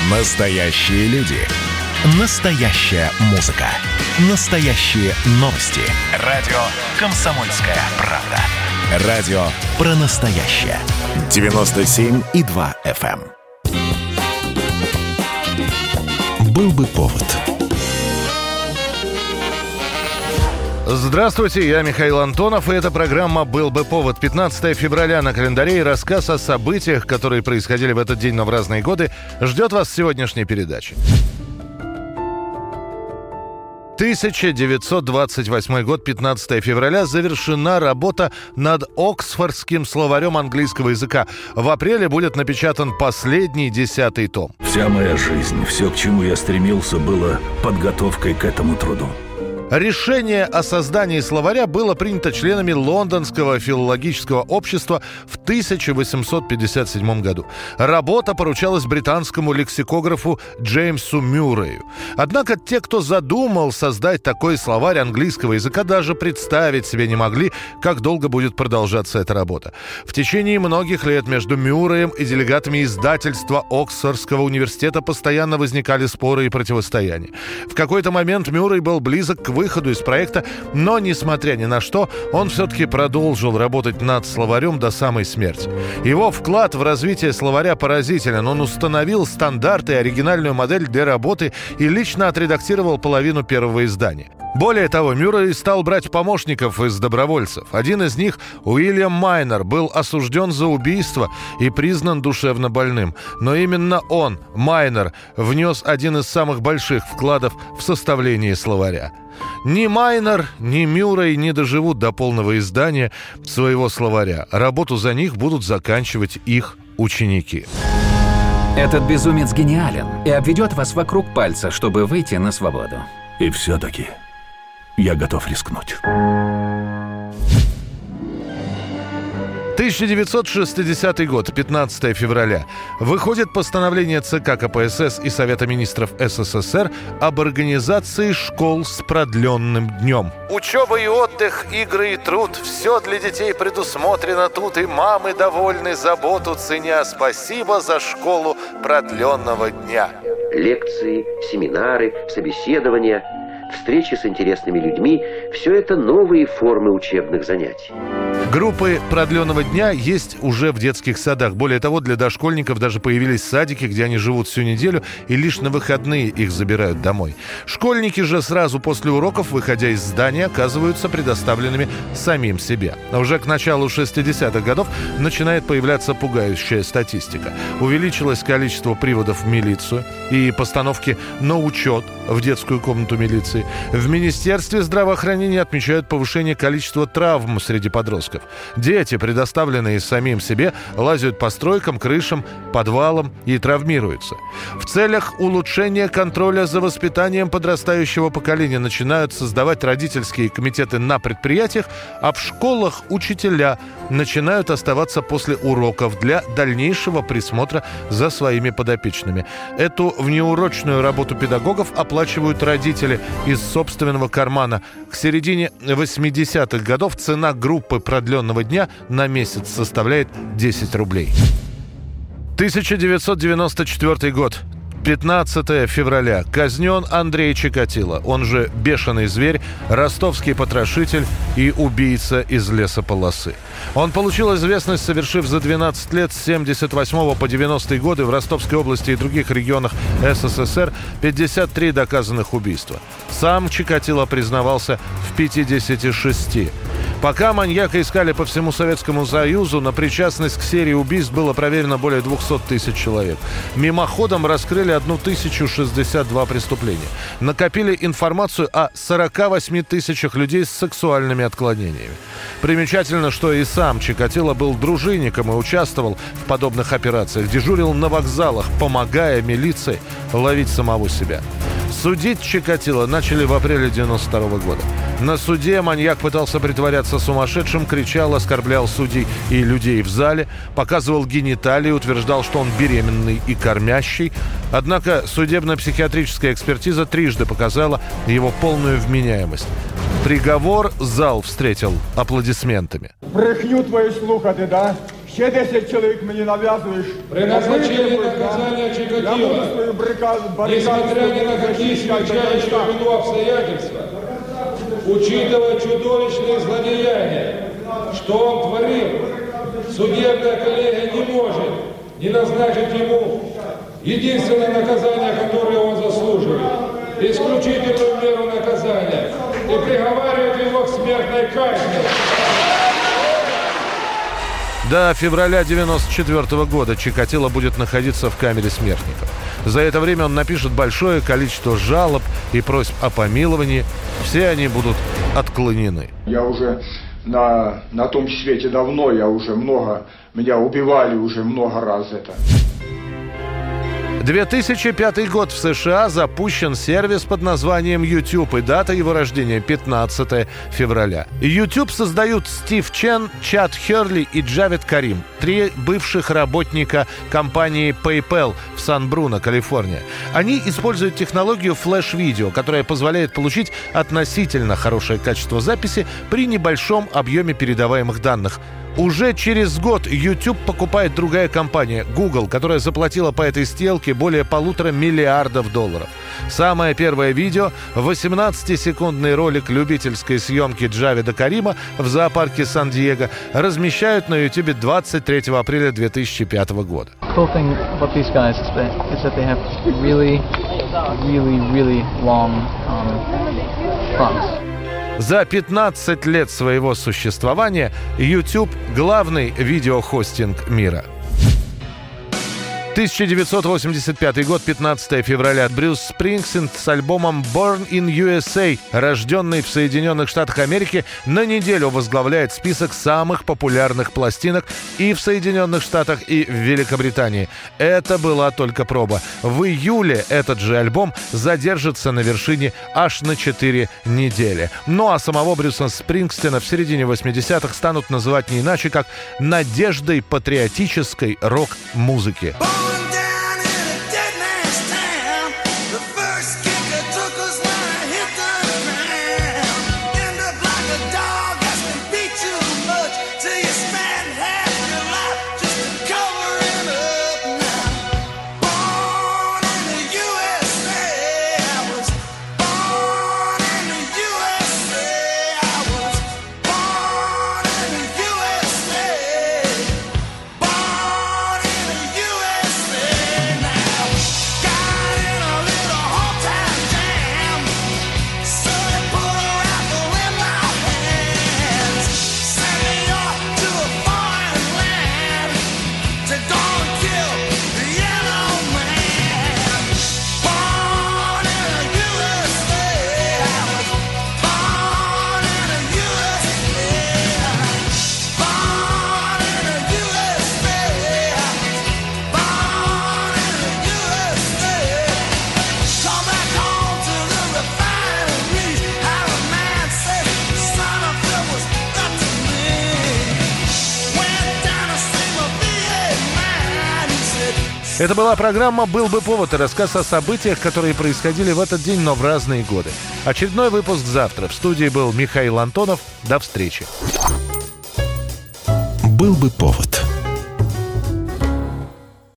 Настоящие люди. Настоящая музыка. Настоящие новости. Радио «Комсомольская правда». Радио про настоящее. 97,2 FM. Был бы повод. Здравствуйте, я Михаил Антонов, и эта программа «Был бы повод». 15 февраля на календаре, и рассказ о событиях, которые происходили в этот день, но в разные годы, ждет вас в сегодняшней передаче. 1928 год, 15 февраля, завершена работа над Оксфордским словарем английского языка. В апреле будет напечатан последний 10-й том. Вся моя жизнь, все, к чему я стремился, было подготовкой к этому труду. Решение о создании словаря было принято членами Лондонского филологического общества в 1857 году. Работа поручалась британскому лексикографу Джеймсу Мюррею. Однако те, кто задумал создать такой словарь английского языка, даже представить себе не могли, как долго будет продолжаться эта работа. В течение многих лет между Мюрреем и делегатами издательства Оксфордского университета постоянно возникали споры и противостояния. В какой-то момент Мюррей был близок к выходу из проекта, но, несмотря ни на что, он все-таки продолжил работать над словарем до самой смерти. Его вклад в развитие словаря поразителен. Он установил стандарты и оригинальную модель для работы и лично отредактировал половину первого издания. Более того, Мюррей стал брать помощников из добровольцев. Один из них, Уильям Майнер, был осужден за убийство и признан душевно больным. Но именно он, Майнер, внес один из самых больших вкладов в составление словаря. Ни Майнер, ни Мюррей не доживут до полного издания своего словаря. Работу за них будут заканчивать их ученики. Этот безумец гениален и обведет вас вокруг пальца, чтобы выйти на свободу. И все-таки я готов рискнуть. 1960 год, 15 февраля. Выходит постановление ЦК КПСС и Совета министров СССР об организации школ с продленным днем. Учеба и отдых, игры и труд – все для детей предусмотрено тут, и мамы довольны, заботу ценя. Спасибо за школу продленного дня. Лекции, семинары, собеседования, встречи с интересными людьми – все это новые формы учебных занятий. Группы продленного дня есть уже в детских садах. Более того, для дошкольников даже появились садики, где они живут всю неделю, и лишь на выходные их забирают домой. Школьники же сразу после уроков, выходя из здания, оказываются предоставленными самим себе. А уже к началу 60-х годов начинает появляться пугающая статистика. Увеличилось количество приводов в милицию и постановки на учет в детскую комнату милиции. В Министерстве здравоохранения отмечают повышение количества травм среди подростков. Дети, предоставленные самим себе, лазят по стройкам, крышам, подвалам и травмируются. В целях улучшения контроля за воспитанием подрастающего поколения начинают создавать родительские комитеты на предприятиях, а в школах учителя начинают оставаться после уроков для дальнейшего присмотра за своими подопечными. Эту внеурочную работу педагогов оплачивают родители из собственного кармана. К середине 80-х годов цена группы продленного дня на месяц составляет 10 рублей. 1994 год. 15 февраля. Казнен Андрей Чикатило, он же «Бешеный зверь», ростовский потрошитель и убийца из лесополосы. Он получил известность, совершив за 12 лет с 78 по 90-е годы в Ростовской области и других регионах СССР 53 доказанных убийства. Сам Чикатило признавался в 56. Пока маньяка искали по всему Советскому Союзу, на причастность к серии убийств было проверено более 200 тысяч человек. Мимоходом раскрыли 1062 преступления. Накопили информацию о 48 тысячах людей с сексуальными отклонениями. Примечательно, что и сам Чикатило был дружинником и участвовал в подобных операциях. Дежурил на вокзалах, помогая милиции ловить самого себя. Судить Чикатило начали в апреле 92 года. На суде маньяк пытался притворяться сумасшедшим, кричал, оскорблял судей и людей в зале, показывал гениталии, утверждал, что он беременный и кормящий. Однако судебно-психиатрическая экспертиза трижды показала его полную вменяемость. Приговор зал встретил аплодисментами. Брехню твою слухати, да? Ще 10 чоловік мені нав'язуєш. При назначении наказания негатива. Несмотря ни на какие смягчающие вину обстоятельства, учитывая чудовищные злодеяния, что он творил, судебная коллегия не может не назначить ему единственное наказание, которое он заслуживает, исключительную меру наказания, и приговаривает его к смертной казни. До февраля 1994 года Чикатило будет находиться в камере смертников. За это время он напишет большое количество жалоб и просьб о помиловании. Все они будут отклонены. Я уже на том свете давно, меня убивали уже много раз это. 2005 год в США запущен сервис под названием YouTube, и дата его рождения 15 февраля. YouTube создают Стив Чен, Чад Херли и Джавед Карим, 3 бывших работника компании PayPal в Сан-Бруно, Калифорния. Они используют технологию флеш-видео, которая позволяет получить относительно хорошее качество записи при небольшом объеме передаваемых данных. Уже через год YouTube покупает другая компания, Google, которая заплатила по этой сделке более $1,5 миллиарда. Самое первое видео – 18-секундный ролик любительской съемки Джаведа Карима в зоопарке Сан-Диего – размещают на YouTube 23 апреля 2005 года. За 15 лет своего существования YouTube – главный видеохостинг мира. 1985 год, 15 февраля. Брюс Спрингстин с альбомом «Born in USA», рожденный в Соединенных Штатах Америки, на неделю возглавляет список самых популярных пластинок и в Соединенных Штатах, и в Великобритании. Это была только проба. В июле этот же альбом задержится на вершине аж на 4 недели. Ну а самого Брюса Спрингстина в середине 80-х станут называть не иначе, как «надеждой патриотической рок-музыки». Это была программа «Был бы повод» и рассказ о событиях, которые происходили в этот день, но в разные годы. Очередной выпуск завтра. В студии был Михаил Антонов. До встречи. «Был бы повод».